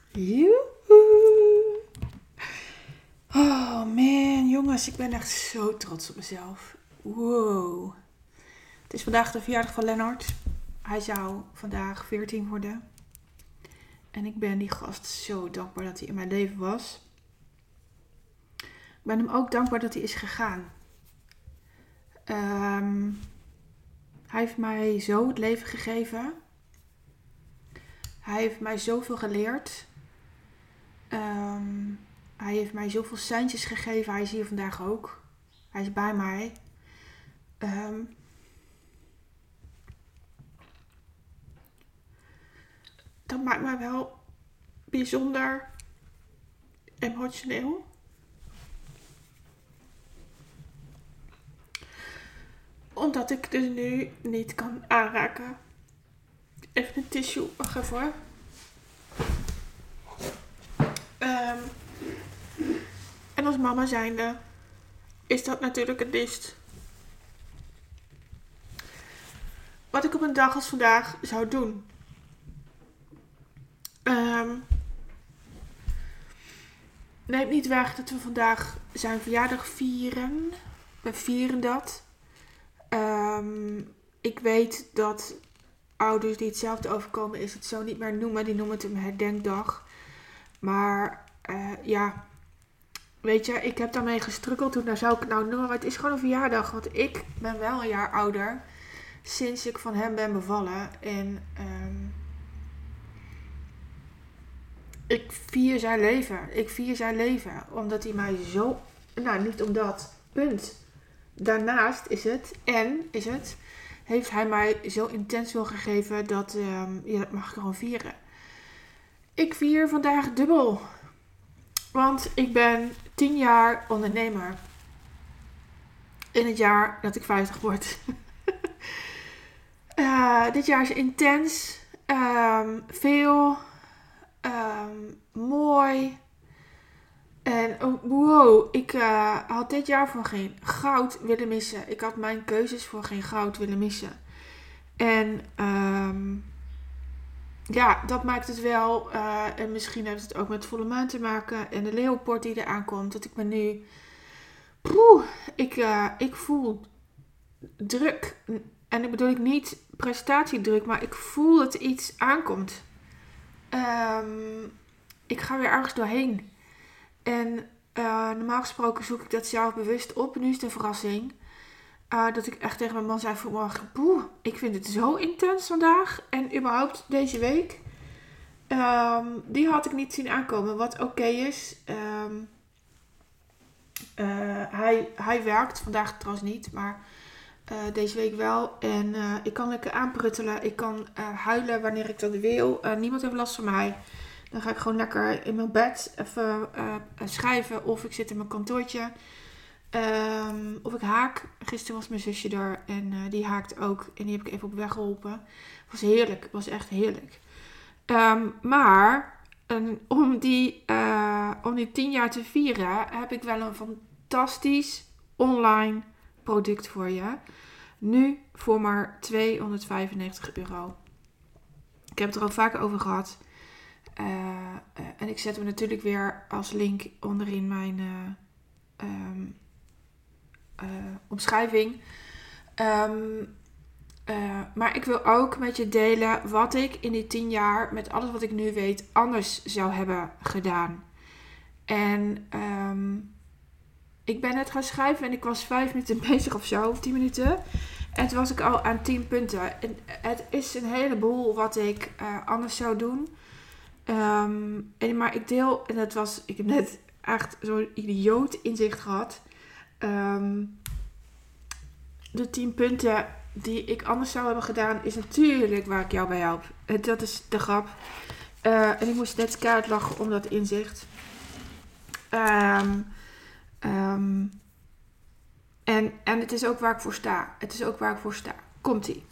Joehoe. Oh man, jongens, ik ben echt zo trots op mezelf. Wow. Het is vandaag de verjaardag van Lennart. Hij zou vandaag 14 worden. En ik ben die gast zo dankbaar dat hij in mijn leven was. Ik ben hem ook dankbaar dat hij is gegaan. Hij heeft mij zo het leven gegeven. Hij heeft mij zoveel geleerd. Hij heeft mij zoveel seintjes gegeven. Hij is hier vandaag ook. Hij is bij mij. Dat maakt mij wel bijzonder emotioneel. Omdat ik dus nu niet kan aanraken. Even een tissue, wacht even hoor. En als mama zijnde is dat natuurlijk het liefst wat ik op een dag als vandaag zou doen. Neemt niet weg dat we vandaag zijn verjaardag vieren. We vieren dat. Ik weet dat ouders die hetzelfde overkomen is het zo niet meer noemen. Die noemen het een herdenkdag. Maar ja, weet je, ik heb daarmee gestruggeld. Toen zou ik het nou noemen, maar het is gewoon een verjaardag. Want ik ben wel een jaar ouder sinds ik van hem ben bevallen. En ik vier zijn leven. Ik vier zijn leven. Omdat hij mij zo... Nou, niet omdat. Punt. Daarnaast heeft hij mij zo intens veel gegeven dat dat mag ik gewoon vieren. Ik vier vandaag dubbel. Want ik ben 10 jaar ondernemer. In het jaar dat ik 50 word. Dit jaar is intens. Veel. Mooi. En wow, ik had dit jaar voor geen goud willen missen. Ik had mijn keuzes voor geen goud willen missen. En ja, dat maakt het wel. En misschien heeft het ook met volle maan te maken. En de leeuwpoort die eraan komt. Dat ik me nu... Ik voel druk. En ik bedoel ik niet prestatiedruk. Maar ik voel dat er iets aankomt. Ik ga weer ergens doorheen. En normaal gesproken zoek ik dat zelf bewust op. Nu is het een verrassing. Dat ik echt tegen mijn man zei vanmorgen. Ik vind het zo intens vandaag. En überhaupt deze week. Die had ik niet zien aankomen. Wat oké is. Hij werkt. Vandaag trouwens niet. Maar deze week wel. En ik kan lekker aanpruttelen. Ik kan huilen wanneer ik dat wil. Niemand heeft last van mij. Dan ga ik gewoon lekker in mijn bed even schrijven. Of ik zit in mijn kantoortje. Of ik haak. Gisteren was mijn zusje er. En die haakt ook. En die heb ik even op weg geholpen. Het was heerlijk. Het was echt heerlijk. Maar om die 10 jaar te vieren heb ik wel een fantastisch online product voor je. Nu voor maar €295. Ik heb het er al vaker over gehad. En ik zet hem natuurlijk weer als link onderin mijn omschrijving. Maar ik wil ook met je delen wat ik in die 10 jaar met alles wat ik nu weet anders zou hebben gedaan. En ik ben net gaan schrijven en ik was 5 minuten bezig of zo, of 10 minuten. En toen was ik al aan 10 punten. En het is een heleboel wat ik anders zou doen. Maar ik deel, en ik heb net echt zo'n idioot inzicht gehad. De 10 punten die ik anders zou hebben gedaan, is natuurlijk waar ik jou bij help. Dat is de grap. En ik moest net keihard lachen om dat inzicht. En het is ook waar ik voor sta. Komt-ie.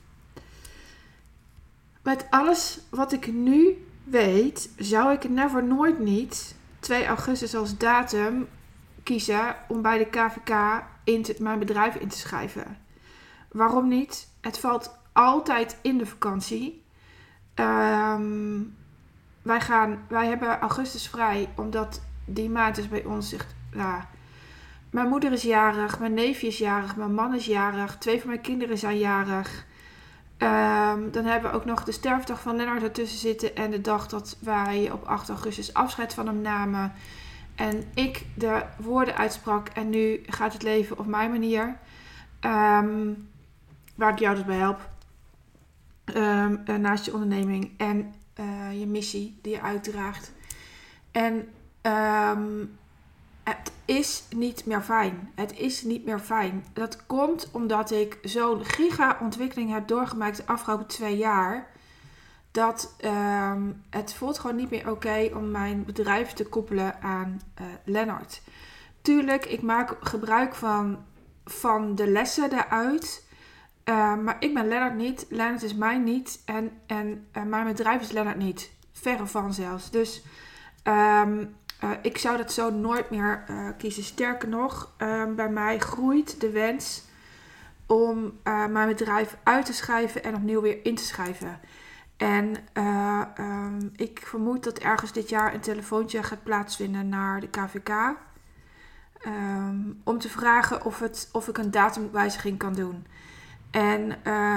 Met alles wat ik nu weet, zou ik nooit niet 2 augustus als datum kiezen om bij de KVK mijn bedrijf in te schrijven. Waarom niet? Het valt altijd in de vakantie. wij hebben augustus vrij, omdat die maand is bij ons echt... Mijn moeder is jarig, mijn neefje is jarig, mijn man is jarig, 2 van mijn kinderen zijn jarig. Dan hebben we ook nog de sterfdag van Lennart ertussen zitten en de dag dat wij op 8 augustus afscheid van hem namen. En ik de woorden uitsprak en nu gaat het leven op mijn manier. Waar ik jou dus bij help. Naast je onderneming en je missie die je uitdraagt. En het is niet meer fijn. Het is niet meer fijn. Dat komt omdat ik zo'n giga-ontwikkeling heb doorgemaakt de afgelopen 2 jaar. Dat het voelt gewoon niet meer oké om mijn bedrijf te koppelen aan Lennart. Tuurlijk, ik maak gebruik van de lessen daaruit. Maar ik ben Lennart niet. Lennart is mij niet. En mijn bedrijf is Lennart niet. Verre van zelfs. Dus... ik zou dat zo nooit meer kiezen. Sterker nog, bij mij groeit de wens om mijn bedrijf uit te schrijven en opnieuw weer in te schrijven. En ik vermoed dat ergens dit jaar een telefoontje gaat plaatsvinden naar de KVK. Om te vragen of ik een datumwijziging kan doen. En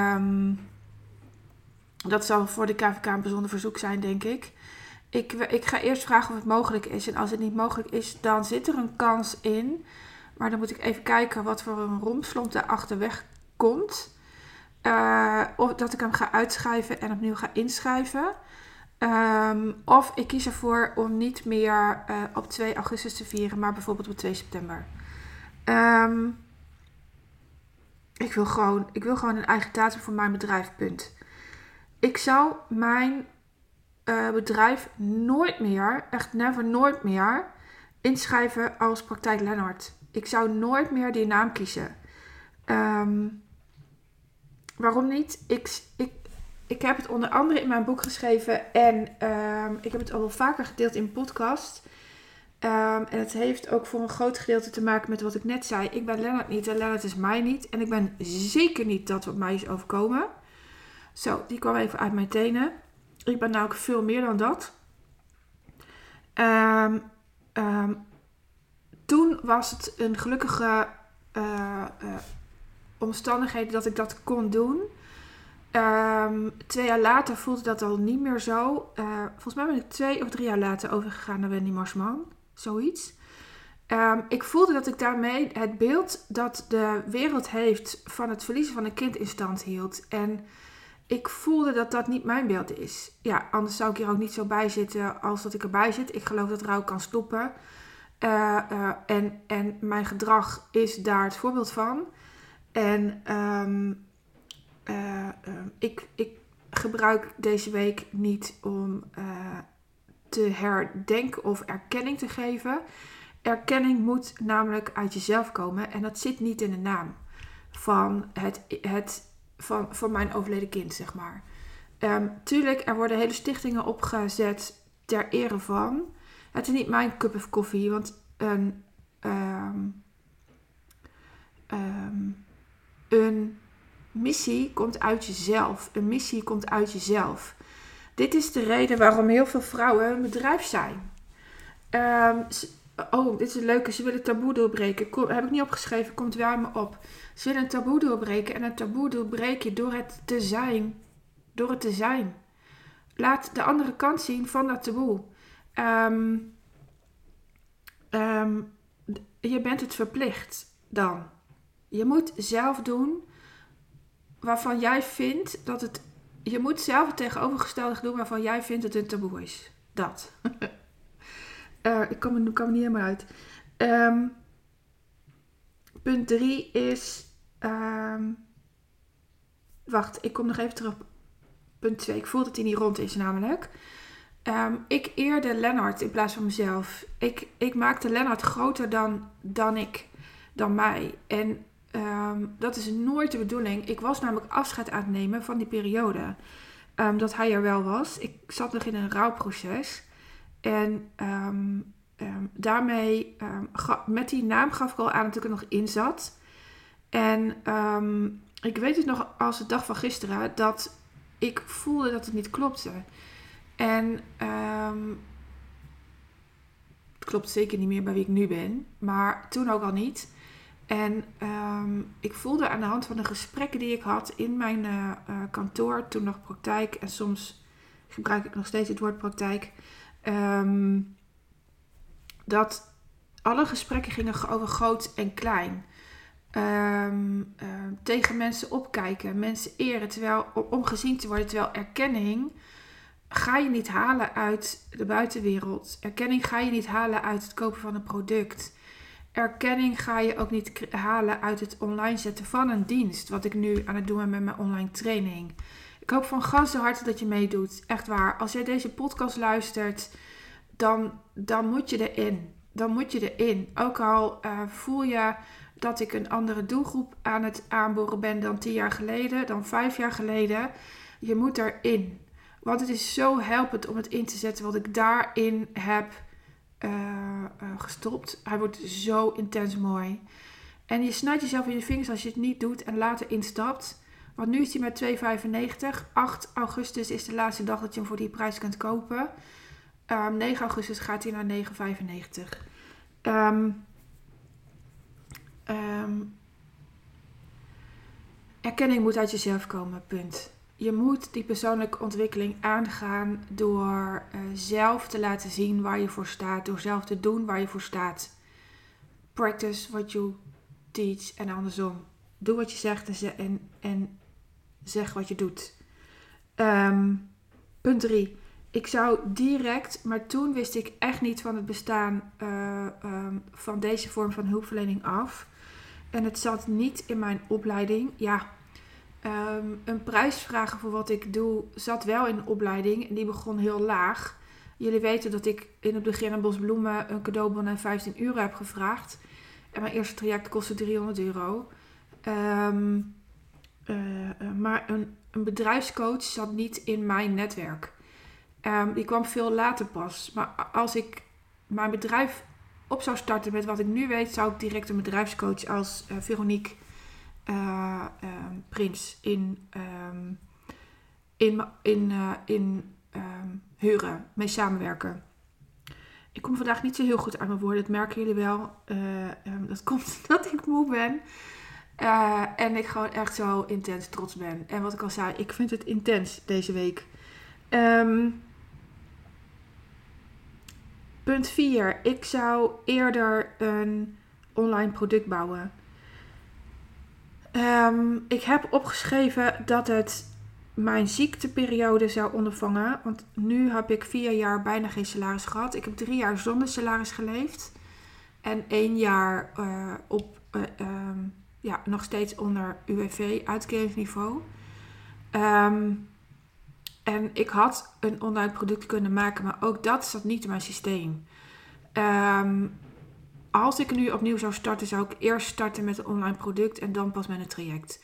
dat zal voor de KVK een bijzonder verzoek zijn, denk ik. Ik ga eerst vragen of het mogelijk is. En als het niet mogelijk is, dan zit er een kans in. Maar dan moet ik even kijken wat voor een rompslomp daar achterweg komt. Of dat ik hem ga uitschrijven en opnieuw ga inschrijven. Of ik kies ervoor om niet meer op 2 augustus te vieren, maar bijvoorbeeld op 2 september. Ik wil gewoon een eigen datum voor mijn bedrijf, punt. Ik zou mijn... bedrijf nooit meer, echt never, nooit meer inschrijven als Praktijk Lennart. Ik zou nooit meer die naam kiezen. Waarom niet? Ik heb het onder andere in mijn boek geschreven en ik heb het al wel vaker gedeeld in podcast. En het heeft ook voor een groot gedeelte te maken met wat ik net zei. Ik ben Lennart niet en Lennart is mij niet. En ik ben zeker niet dat wat mij is overkomen. Zo, die kwam even uit mijn tenen. Ik ben nou ook veel meer dan dat. Toen was het een gelukkige omstandigheid dat ik dat kon doen. 2 jaar later voelde dat al niet meer zo. Volgens mij ben ik 2 of 3 jaar later overgegaan naar Wendy Marsman. Zoiets. Ik voelde dat ik daarmee het beeld dat de wereld heeft van het verliezen van een kind in stand hield. En ik voelde dat dat niet mijn beeld is. Ja, anders zou ik hier ook niet zo bij zitten als dat ik erbij zit. Ik geloof dat rouw kan stoppen. En mijn gedrag is daar het voorbeeld van. En ik gebruik deze week niet om te herdenken of erkenning te geven. Erkenning moet namelijk uit jezelf komen. En dat zit niet in de naam van van mijn overleden kind, zeg maar. Tuurlijk, er worden hele stichtingen opgezet ter ere van. Het is niet mijn cup of koffie, want een missie komt uit jezelf. Een missie komt uit jezelf. Dit is de reden waarom heel veel vrouwen een bedrijf zijn. Dit is een leuke. Ze willen taboe doorbreken. Heb ik niet opgeschreven, komt wel me op. Ze willen een taboe doorbreken. En een taboe doorbreek je door het te zijn. Door het te zijn. Laat de andere kant zien van dat taboe. Je bent het verplicht dan. Je moet zelf doen waarvan jij vindt dat het... Je moet zelf het tegenovergestelde doen waarvan jij vindt dat het een taboe is. Dat. Ik kan me niet helemaal uit. Punt 3 is... wacht, ik kom nog even terug op punt 2. Ik voel dat hij niet rond is namelijk. Ik eerde Lennart in plaats van mezelf. Ik maakte Lennart groter dan mij. En dat is nooit de bedoeling. Ik was namelijk afscheid aan het nemen van die periode. Dat hij er wel was. Ik zat nog in een rouwproces. En daarmee, met die naam gaf ik al aan dat ik er nog in zat. En ik weet het nog als de dag van gisteren, dat ik voelde dat het niet klopte. En het klopt zeker niet meer bij wie ik nu ben. Maar toen ook al niet. En ik voelde aan de hand van de gesprekken die ik had in mijn kantoor, toen nog praktijk, en soms gebruik ik nog steeds het woord praktijk, dat alle gesprekken gingen over groot en klein. Tegen mensen opkijken, mensen eren om gezien te worden, terwijl erkenning ga je niet halen uit de buitenwereld. Erkenning ga je niet halen uit het kopen van een product. Erkenning ga je ook niet halen uit het online zetten van een dienst. Wat ik nu aan het doen ben met mijn online training. Ik hoop van ganse harte dat je meedoet. Echt waar. Als jij deze podcast luistert, dan moet je erin. Dan moet je erin. Ook al voel je dat ik een andere doelgroep aan het aanboren ben dan 10 jaar geleden, dan 5 jaar geleden. Je moet erin. Want het is zo helpend om het in te zetten wat ik daarin heb gestopt. Hij wordt zo intens mooi. En je snijdt jezelf in je vingers als je het niet doet en later instapt. Want nu is hij met 2,95. 8 augustus is de laatste dag dat je hem voor die prijs kunt kopen. 9 augustus gaat hij naar 9,95. Erkenning moet uit jezelf komen, punt. Je moet die persoonlijke ontwikkeling aangaan door zelf te laten zien waar je voor staat. Door zelf te doen waar je voor staat. Practice what you teach en andersom. Doe wat je zegt en zeg wat je doet. Punt 3. Ik zou direct, maar toen wist ik echt niet van het bestaan van deze vorm van hulpverlening af. En het zat niet in mijn opleiding. Ja, een prijs vragen voor wat ik doe zat wel in de opleiding. En die begon heel laag. Jullie weten dat ik in het begin een bos bloemen, een cadeaubon en €15 heb gevraagd. En mijn eerste traject kostte €300. Maar een bedrijfscoach zat niet in mijn netwerk. Die kwam veel later pas. Maar als ik mijn bedrijf op zou starten met wat ik nu weet, zou ik direct een bedrijfscoach als Veronique Prins huren, mee samenwerken. Ik kom vandaag niet zo heel goed aan mijn woorden, dat merken jullie wel. Dat komt omdat ik moe ben. En ik gewoon echt zo intens trots ben. En wat ik al zei, ik vind het intens deze week. Punt 4. Ik zou eerder een online product bouwen. Ik heb opgeschreven dat het mijn ziekteperiode zou ondervangen. Want nu heb ik 4 jaar bijna geen salaris gehad. Ik heb 3 jaar zonder salaris geleefd. En 1 jaar nog steeds onder UWV, uitkeringsniveau. En ik had een online product kunnen maken, maar ook dat zat niet in mijn systeem. Als ik nu opnieuw zou starten, zou ik eerst starten met een online product en dan pas met een traject.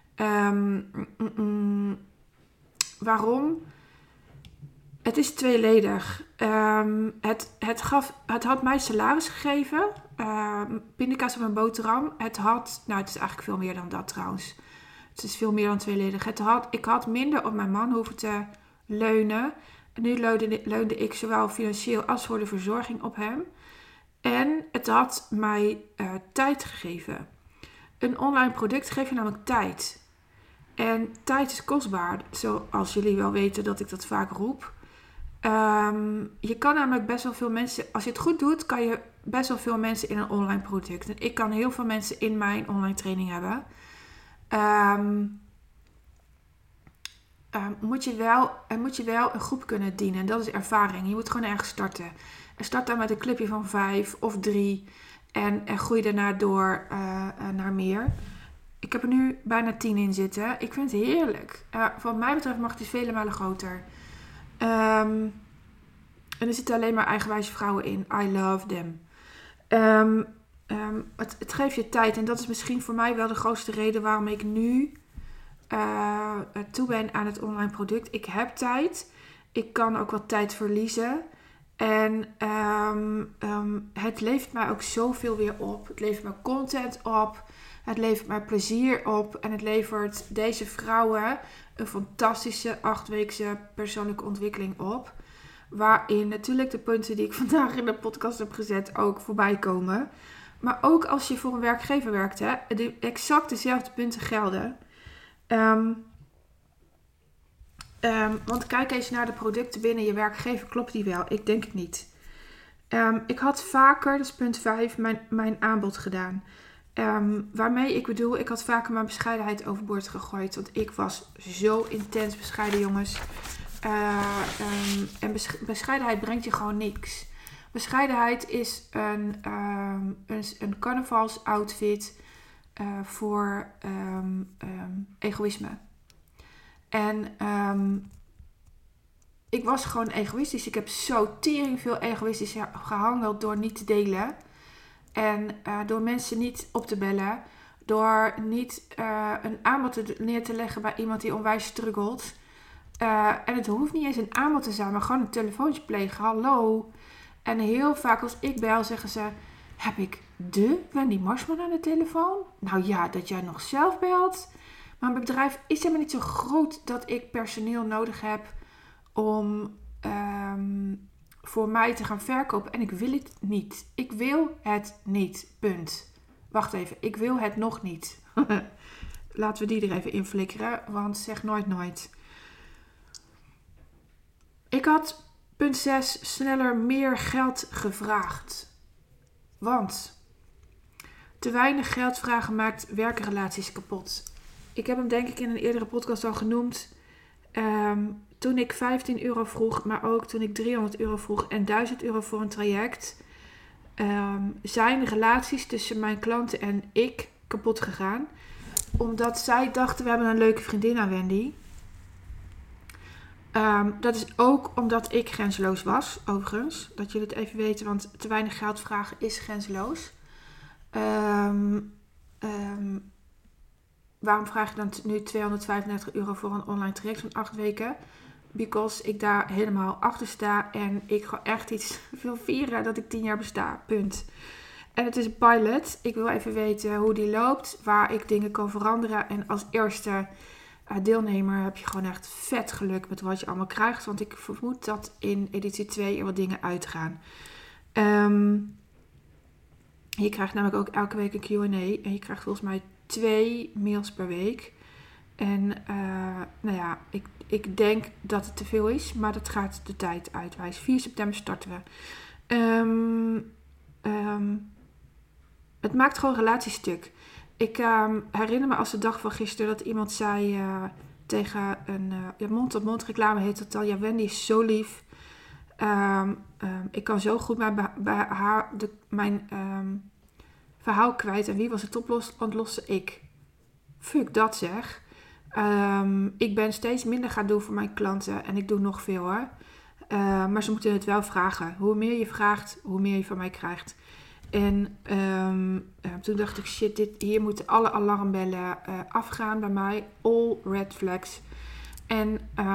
Waarom? Het is tweeledig. Het had mij salaris gegeven. Pindakaas op mijn boterham. Het is eigenlijk veel meer dan dat trouwens. Het is veel meer dan tweeledig. Ik had minder op mijn man hoeven te leunen. En nu leunde ik zowel financieel als voor de verzorging op hem. En het had mij tijd gegeven. Een online product geeft je namelijk tijd. En tijd is kostbaar. Zoals jullie wel weten dat ik dat vaak roep. Je kan namelijk best wel veel mensen... Als je het goed doet, kan je best wel veel mensen in een online product. En ik kan heel veel mensen in mijn online training hebben. Moet je wel een groep kunnen dienen. En dat is ervaring. Je moet gewoon ergens starten. En start dan met een clubje van 5 of 3. En groei daarna door naar meer. Ik heb er nu bijna 10 in zitten. Ik vind het heerlijk. Wat mij betreft mag het dus vele malen groter. En er zitten alleen maar eigenwijze vrouwen in. I love them. Het geeft je tijd. En dat is misschien voor mij wel de grootste reden waarom ik nu toe ben aan het online product. Ik heb tijd. Ik kan ook wat tijd verliezen. En het levert mij ook zoveel weer op. Het levert mij content op. Het levert mij plezier op. En het levert deze vrouwen een fantastische 8-weekse persoonlijke ontwikkeling op. Waarin natuurlijk de punten die ik vandaag in de podcast heb gezet ook voorbij komen. Maar ook als je voor een werkgever werkt, hè, exact dezelfde punten gelden. Want kijk eens naar de producten binnen je werkgever. Klopt die wel? Ik denk het niet. Ik had vaker, dat is punt 5, mijn aanbod gedaan. Waarmee ik bedoel, ik had vaker mijn bescheidenheid overboord gegooid. Want ik was zo intens bescheiden, jongens. En bescheidenheid brengt je gewoon niks. Bescheidenheid is een carnavalsoutfit voor egoïsme. En ik was gewoon egoïstisch. Ik heb zo tering veel egoïstisch gehandeld door niet te delen. En door mensen niet op te bellen. Door niet een aanbod neer te leggen bij iemand die onwijs struggelt. En het hoeft niet eens een aanbod te zijn, maar gewoon een telefoontje plegen. Hallo. En heel vaak als ik bel zeggen ze, heb ik de Wendy Marsman aan de telefoon? Nou ja, dat jij nog zelf belt. Maar mijn bedrijf is helemaal niet zo groot dat ik personeel nodig heb om voor mij te gaan verkopen. En ik wil het niet. Ik wil het niet. Punt. Wacht even. Ik wil het nog niet. Laten we die er even in flikkeren. Want zeg nooit nooit. Ik had punt 6 sneller meer geld gevraagd. Want te weinig geld vragen maakt werkrelaties kapot. Ik heb hem denk ik in een eerdere podcast al genoemd. Toen ik €15 vroeg, maar ook toen ik €300 vroeg en €1000 voor een traject, zijn relaties tussen mijn klanten en ik kapot gegaan. Omdat zij dachten, we hebben een leuke vriendin aan Wendy. Dat is ook omdat ik grenzeloos was, overigens. Dat jullie het even weten, want te weinig geld vragen is grenzeloos. Waarom vraag je dan nu €235 voor een online traject van 8 weken? Because ik daar helemaal achter sta en ik ga echt iets wil vieren dat ik 10 jaar besta. Punt. En het is een pilot. Ik wil even weten hoe die loopt, waar ik dingen kan veranderen. En als eerste deelnemer heb je gewoon echt vet geluk met wat je allemaal krijgt. Want ik vermoed dat in editie 2 er wat dingen uitgaan. Je krijgt namelijk ook elke week een Q&A. En je krijgt volgens mij 2 mails per week. En nou ja, ik denk dat het te veel is. Maar dat gaat de tijd uitwijzen. 4 september starten we. Het maakt gewoon relatiestuk. Ik herinner me als de dag van gisteren dat iemand zei tegen een mond-op-mond reclame heet het al. Ja, Wendy is zo lief. Ik kan zo goed bij haar mijn verhaal kwijt. En wie was het ontlossen? Ik. Fuck dat zeg. Ik ben steeds minder gaan doen voor mijn klanten. En ik doe nog veel hoor. Maar ze moeten het wel vragen. Hoe meer je vraagt, hoe meer je van mij krijgt. En toen dacht ik, shit, hier moeten alle alarmbellen afgaan bij mij. All red flags. En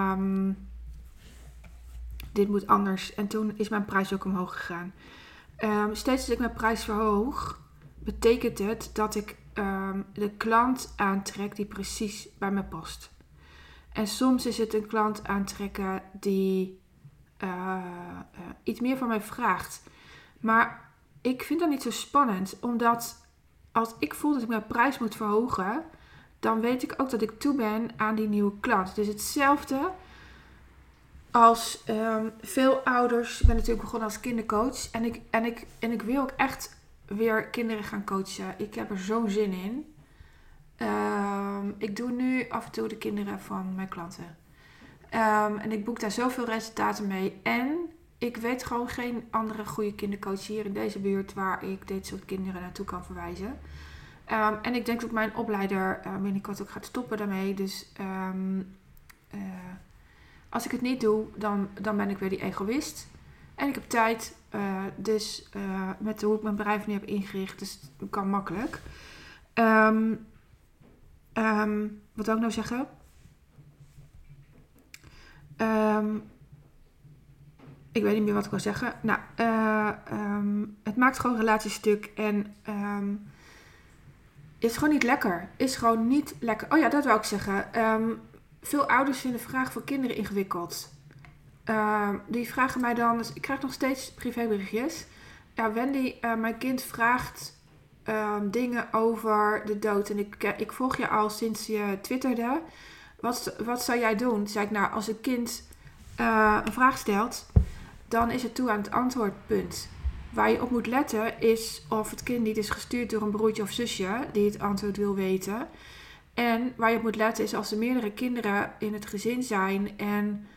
dit moet anders. En toen is mijn prijs ook omhoog gegaan. Steeds als ik mijn prijs verhoog, betekent het dat ik de klant aantrek die precies bij me past. En soms is het een klant aantrekken die iets meer van mij vraagt. Maar ik vind dat niet zo spannend, omdat als ik voel dat ik mijn prijs moet verhogen, dan weet ik ook dat ik toe ben aan die nieuwe klant. Dus hetzelfde als veel ouders. Ik ben natuurlijk begonnen als kindercoach en ik wil ook echt weer kinderen gaan coachen. Ik heb er zo'n zin in. Ik doe nu af en toe de kinderen van mijn klanten. En ik boek daar zoveel resultaten mee. En ik weet gewoon geen andere goede kindercoach hier in deze buurt waar ik dit soort kinderen naartoe kan verwijzen. En ik denk dat mijn opleider binnenkort ook gaat stoppen daarmee. Dus als ik het niet doe, dan ben ik weer die egoïst. En ik heb tijd. Dus met hoe ik mijn bedrijf nu heb ingericht. Dus het kan makkelijk. Wat wil ik nou zeggen? Ik weet niet meer wat ik wil zeggen. Nou, het maakt gewoon relatiestuk. En is gewoon niet lekker. Is gewoon niet lekker. Oh ja, dat wou ik zeggen. Veel ouders vinden vragen voor kinderen ingewikkeld. die vragen mij dan... Dus ik krijg nog steeds privéberichtjes. Ja, Wendy, mijn kind vraagt dingen over de dood. En ik volg je al sinds je twitterde. Wat zou jij doen? Toen zei ik, nou, als een kind een vraag stelt... dan is het toe aan het antwoordpunt. Waar je op moet letten is of het kind niet is gestuurd door een broertje of zusje... die het antwoord wil weten. En waar je op moet letten is als er meerdere kinderen in het gezin zijn... en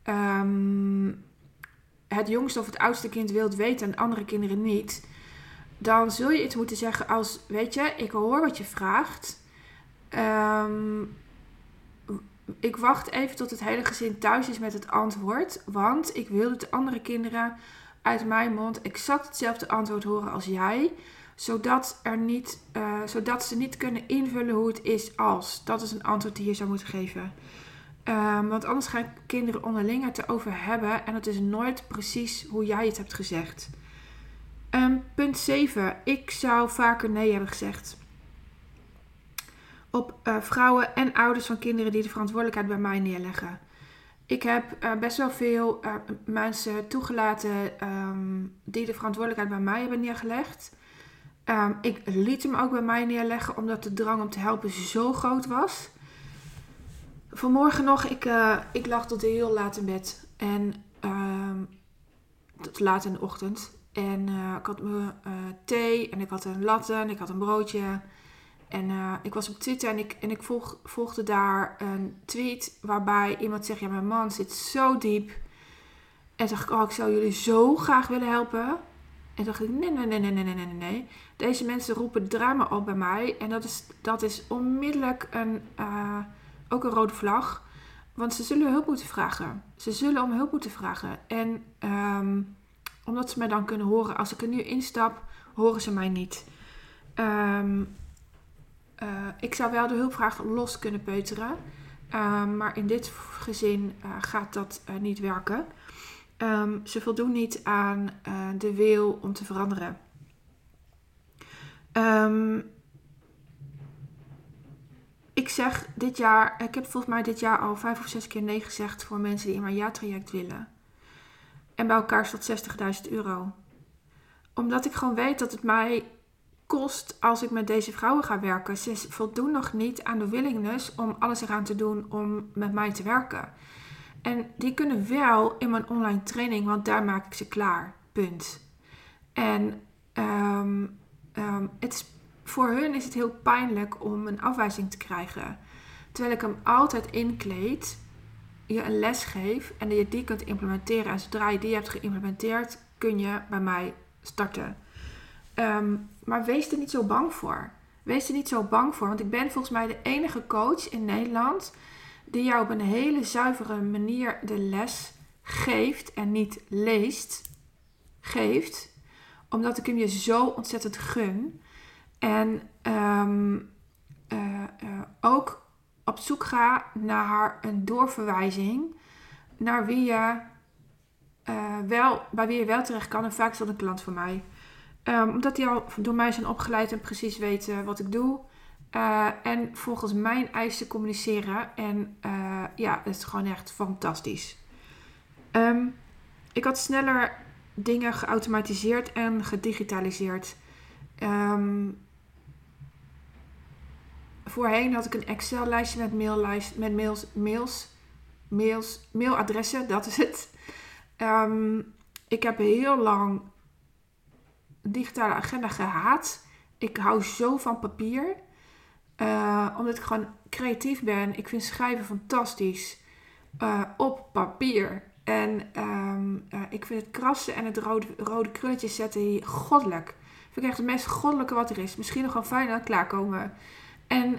het jongste of het oudste kind wil het weten en andere kinderen niet... dan zul je iets moeten zeggen als... weet je, ik hoor wat je vraagt... ik wacht even tot het hele gezin thuis is met het antwoord... want ik wil dat de andere kinderen uit mijn mond exact hetzelfde antwoord horen als jij... zodat ze niet kunnen invullen hoe het is als. Dat is een antwoord die je zou moeten geven. Want anders gaan kinderen onderling het erover hebben... en het is nooit precies hoe jij het hebt gezegd. Punt 7. Ik zou vaker nee hebben gezegd... op vrouwen en ouders van kinderen die de verantwoordelijkheid bij mij neerleggen. Ik heb best wel veel mensen toegelaten die de verantwoordelijkheid bij mij hebben neergelegd. Ik liet hem ook bij mij neerleggen omdat de drang om te helpen zo groot was. Vanmorgen nog, ik lag tot heel laat in bed. En tot laat in de ochtend. En ik had mijn thee en ik had een latte en ik had een broodje... En ik was op Twitter en ik volgde daar een tweet waarbij iemand zegt... ja, mijn man zit zo diep. En dacht ik, ik zou jullie zo graag willen helpen. En dacht ik, nee. Deze mensen roepen drama op bij mij. En dat is onmiddellijk ook een rode vlag. Want ze zullen hulp moeten vragen. Ze zullen om hulp moeten vragen. En omdat ze mij dan kunnen horen. Als ik er nu instap, horen ze mij niet. Ik zou wel de hulpvraag los kunnen peuteren. Maar in dit gezin gaat dat niet werken. Ze voldoen niet aan de wil om te veranderen. Ik zeg dit jaar... Ik heb volgens mij dit jaar al 5 of 6 keer nee gezegd... voor mensen die in mijn jaartraject willen. En bij elkaar staat €60.000. Omdat ik gewoon weet dat het mij... kost als ik met deze vrouwen ga werken. Ze voldoen nog niet aan de willingness om alles eraan te doen om met mij te werken. En die kunnen wel in mijn online training, want daar maak ik ze klaar. Punt. En voor hun is het heel pijnlijk om een afwijzing te krijgen. Terwijl ik hem altijd inkleed, je een les geef en dat je die kunt implementeren. En zodra je die hebt geïmplementeerd, kun je bij mij starten. Maar wees er niet zo bang voor. Wees er niet zo bang voor. Want ik ben volgens mij de enige coach in Nederland... die jou op een hele zuivere manier de les geeft... en niet leest. Geeft. Omdat ik hem je zo ontzettend gun. En ook op zoek ga naar een doorverwijzing... naar wie je bij wie je wel terecht kan. En vaak is dat een klant van mij... omdat die al door mij zijn opgeleid en precies weten wat ik doe. En volgens mijn eisen communiceren. En het is gewoon echt fantastisch. Ik had sneller dingen geautomatiseerd en gedigitaliseerd. Voorheen had ik een Excel-lijstje met mailadressen. Dat is het. Ik heb heel lang... een digitale agenda gehaat. Ik hou zo van papier. Omdat ik gewoon creatief ben. Ik vind schrijven fantastisch. Op papier. En ik vind het krassen en het rode krulletjes zetten goddelijk. Vind ik echt het meest goddelijke wat er is. Misschien nog wel fijn aan het klaarkomen. En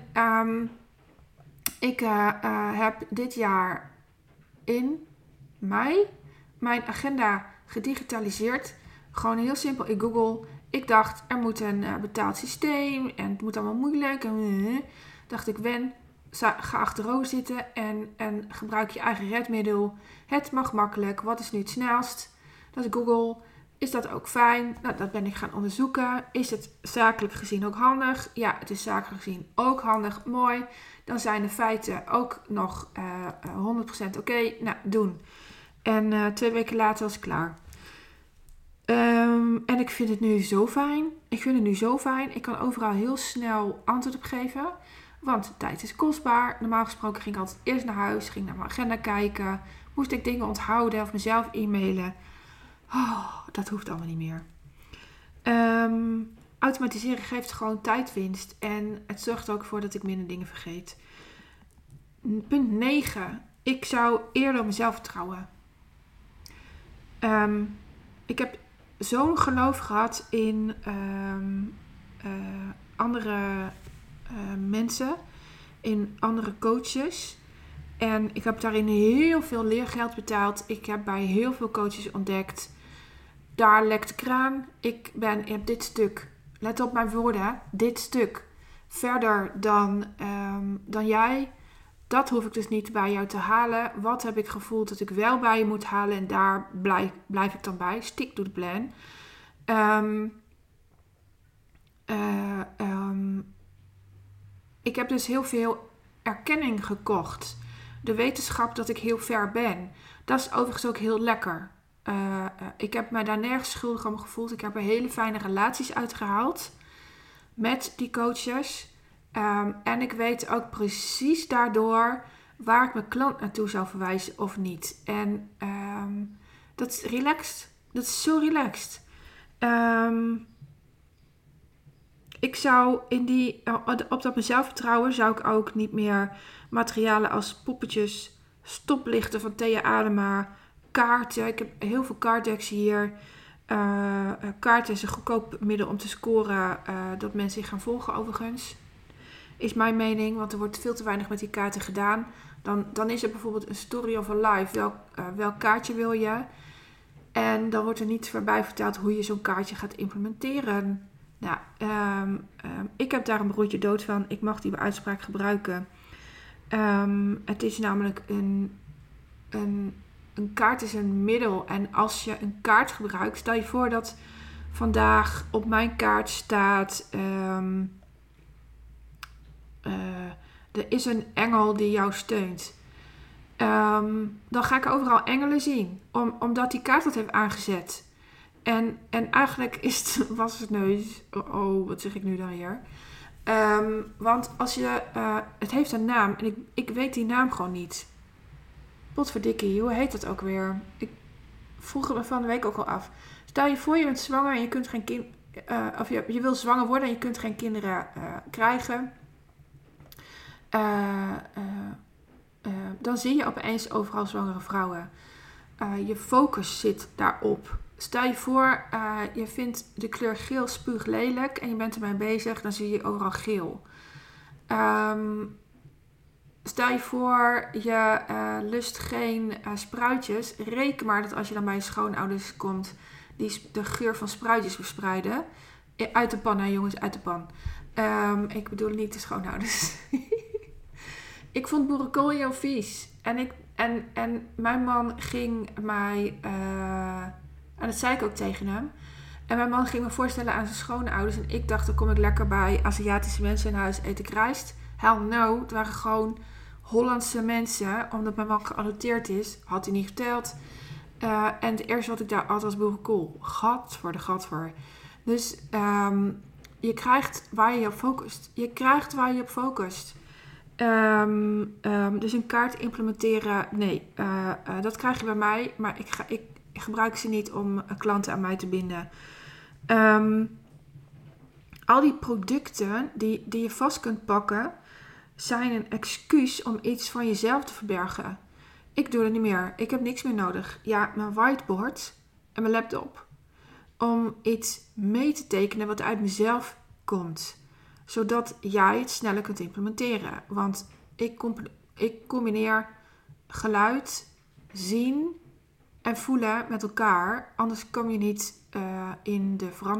ik heb dit jaar in mei mijn agenda gedigitaliseerd. Gewoon heel simpel in Google. Ik dacht, er moet een betaald systeem. En het moet allemaal moeilijk. Dacht ik, ga achterover zitten. En gebruik je eigen redmiddel. Het mag makkelijk. Wat is nu het snelst? Dat is Google. Is dat ook fijn? Nou, dat ben ik gaan onderzoeken. Is het zakelijk gezien ook handig? Ja, het is zakelijk gezien ook handig. Mooi. Dan zijn de feiten ook nog 100% oké. Nou, doen. En 2 weken later was ik klaar. En ik vind het nu zo fijn. Ik kan overal heel snel antwoord op geven. Want tijd is kostbaar. Normaal gesproken ging ik altijd eerst naar huis. Ging naar mijn agenda kijken. Moest ik dingen onthouden of mezelf e-mailen. Dat hoeft allemaal niet meer. Automatiseren geeft gewoon tijdwinst. En het zorgt er ook voor dat ik minder dingen vergeet. Punt 9. Ik zou eerder op mezelf vertrouwen. Ik heb zo'n geloof gehad in andere mensen. In andere coaches. En ik heb daarin heel veel leergeld betaald. Ik heb bij heel veel coaches ontdekt. Daar lekt de kraan. Ik heb dit stuk. Let op mijn woorden. Dit stuk. Verder dan jij. Dat hoef ik dus niet bij jou te halen. Wat heb ik gevoeld dat ik wel bij je moet halen. En daar blijf ik dan bij. Stick to the plan. Ik heb dus heel veel erkenning gekocht. De wetenschap dat ik heel ver ben. Dat is overigens ook heel lekker. Ik heb me daar nergens schuldig om gevoeld. Ik heb er hele fijne relaties uitgehaald. Met die coaches. En ik weet ook precies daardoor waar ik mijn klant naartoe zou verwijzen of niet. En dat is relaxed. Dat is zo relaxed. Ik zou op dat mezelf vertrouwen zou ik ook niet meer materialen als poppetjes, stoplichten van Thea Adema, kaarten. Ik heb heel veel kaartdecks hier. Kaarten is een goedkoop middel om te scoren dat mensen zich gaan volgen overigens. Is mijn mening, want er wordt veel te weinig met die kaarten gedaan. Dan is er bijvoorbeeld een story of a life. Welk kaartje wil je? En dan wordt er niet voorbij verteld hoe je zo'n kaartje gaat implementeren. Nou, ik heb daar een broertje dood van. Ik mag die uitspraak gebruiken. Het is namelijk een kaart is een middel. En als je een kaart gebruikt, stel je voor dat vandaag op mijn kaart staat... er is een engel die jou steunt. Dan ga ik overal engelen zien. Omdat die kaart dat heeft aangezet. En eigenlijk was het neus. Oh, wat zeg ik nu dan weer? Want als je... het heeft een naam. En ik weet die naam gewoon niet. Potverdikkie, hoe heet dat ook weer? Ik vroeg het me van de week ook al af. Stel je voor, je bent zwanger en je kunt geen kind... of je wil zwanger worden en je kunt geen kinderen krijgen. Dan zie je opeens overal zwangere vrouwen. Je focus zit daarop. Stel je voor, je vindt de kleur geel spuuglelijk en je bent ermee bezig, dan zie je overal geel. Stel je voor, je lust geen spruitjes. Reken maar dat als je dan bij je schoonouders komt, die de geur van spruitjes verspreiden. Uit de pan, hè jongens, uit de pan. Ik bedoel niet de schoonouders. Ik vond boerenkool heel vies. En mijn man ging mij... en dat zei ik ook tegen hem. En mijn man ging me voorstellen aan zijn schoonouders. En ik dacht, dan kom ik lekker bij Aziatische mensen in huis, eet ik rijst. Hell no, het waren gewoon Hollandse mensen. Omdat mijn man geadopteerd is. Had hij niet verteld. En het eerste wat ik daar had was boerenkool. Gadver. Dus je krijgt waar je op focust. Dus een kaart implementeren, nee, dat krijg je bij mij, maar ik gebruik ze niet om klanten aan mij te binden. Al die producten die je vast kunt pakken, zijn een excuus om iets van jezelf te verbergen. Ik doe dat niet meer, ik heb niks meer nodig. Ja, mijn whiteboard en mijn laptop. Om iets mee te tekenen wat uit mezelf komt. Zodat jij het sneller kunt implementeren. Want ik combineer geluid, zien en voelen met elkaar. Anders kom je niet in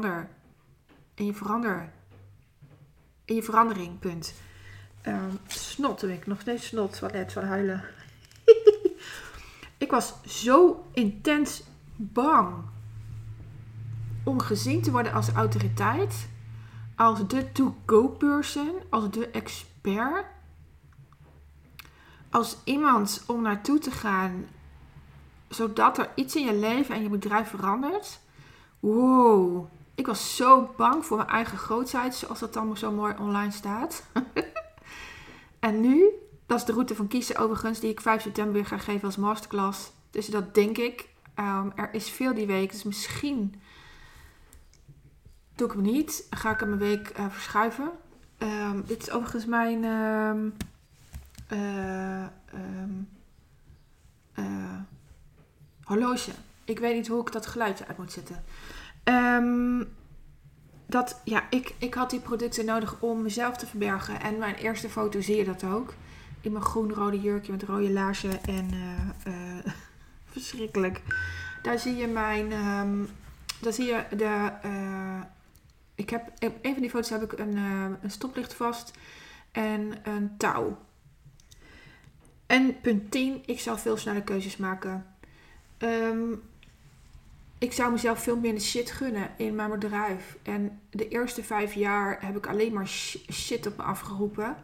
je verandering, punt. Snot doe ik. Nog steeds snot, wat net van huilen. Ik was zo intens bang om gezien te worden als autoriteit. Als de to-go person, als de expert, als iemand om naartoe te gaan zodat er iets in je leven en je bedrijf verandert. Wow. Ik was zo bang voor mijn eigen grootheid, zoals dat dan zo mooi online staat. En nu, dat is de route van kiezen overigens, die ik 5 september weer ga geven als masterclass. Dus dat denk ik. Er is veel die week, dus misschien doe ik hem niet. Ga ik hem een week verschuiven. Dit is overigens mijn horloge. Ik weet niet hoe ik dat geluidje uit moet zetten. Ik had die producten nodig om mezelf te verbergen. En mijn eerste foto zie je dat ook. In mijn groen-rode jurkje met rode laarzen. En verschrikkelijk. Daar zie je daar zie je de... op een van die foto's heb ik een stoplicht vast. En een touw. En punt 10. Ik zal veel sneller keuzes maken. Ik zou mezelf veel minder shit gunnen in mijn bedrijf. En de eerste 5 jaar heb ik alleen maar shit op me afgeroepen.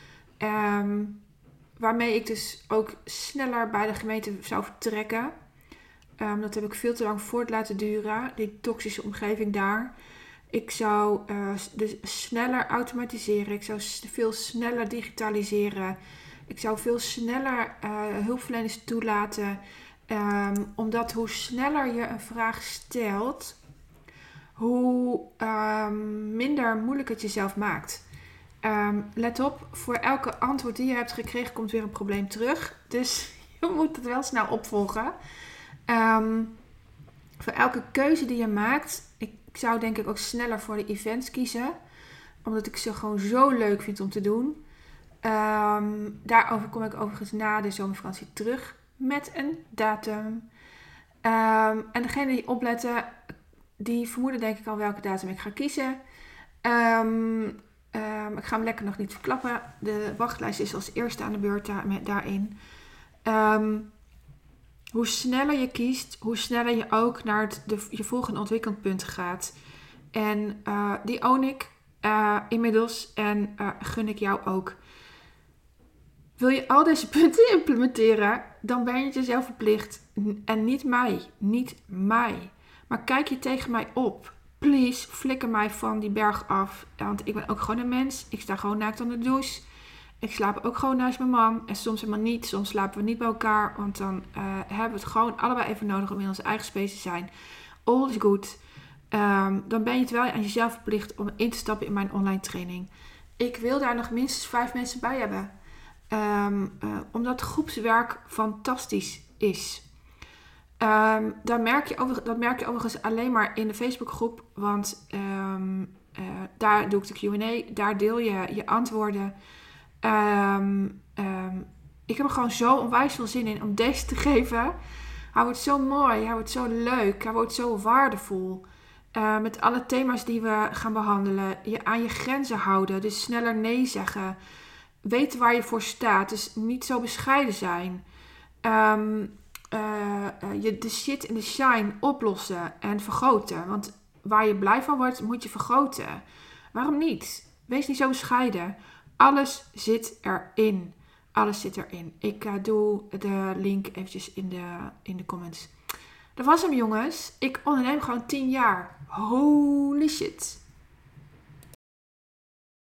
Waarmee ik dus ook sneller bij de gemeente zou vertrekken. Dat heb ik veel te lang voort laten duren. Die toxische omgeving daar. Ik zou dus sneller automatiseren. Ik zou veel sneller digitaliseren. Ik zou veel sneller hulpverleners toelaten. Omdat hoe sneller je een vraag stelt, hoe minder moeilijk het jezelf maakt. Let op, voor elke antwoord die je hebt gekregen komt weer een probleem terug. Dus je moet het wel snel opvolgen. Voor elke keuze die je maakt, ik zou denk ik ook sneller voor de events kiezen. Omdat ik ze gewoon zo leuk vind om te doen. Daarover kom ik overigens na de zomervakantie terug met een datum. En degene die opletten, die vermoeden denk ik al welke datum ik ga kiezen. Ik ga hem lekker nog niet verklappen. De wachtlijst is als eerste aan de beurt daarin. Hoe sneller je kiest, hoe sneller je ook naar je volgende ontwikkelpunt gaat. En die own ik inmiddels en gun ik jou ook. Wil je al deze punten implementeren, dan ben je het jezelf verplicht. En niet mij. Niet mij. Maar kijk je tegen mij op. Please, flikker mij van die berg af. Want ik ben ook gewoon een mens. Ik sta gewoon naakt onder de douche. Ik slaap ook gewoon naast mijn man. En soms helemaal niet. Soms slapen we niet bij elkaar. Want dan hebben we het gewoon allebei even nodig om in onze eigen space te zijn. All is good. Dan ben je het wel aan jezelf verplicht om in te stappen in mijn online training. Ik wil daar nog minstens 5 mensen bij hebben. Omdat groepswerk fantastisch is. Dat merk je overigens alleen maar in de Facebookgroep. Want daar doe ik de Q&A. Daar deel je je antwoorden. Ik heb er gewoon zo onwijs veel zin in om deze te geven. Hij wordt zo mooi. Hij wordt zo leuk. Hij wordt zo waardevol. Met alle thema's die we gaan behandelen. Je aan je grenzen houden. Dus sneller nee zeggen. Weten waar je voor staat. Dus niet zo bescheiden zijn. Je de shit en de shine oplossen en vergroten. Want waar je blij van wordt, moet je vergroten. Waarom niet? Wees niet zo bescheiden. Alles zit erin. Alles zit erin. Ik doe de link eventjes in de comments. Dat was hem, jongens. Ik onderneem gewoon 10 jaar. Holy shit.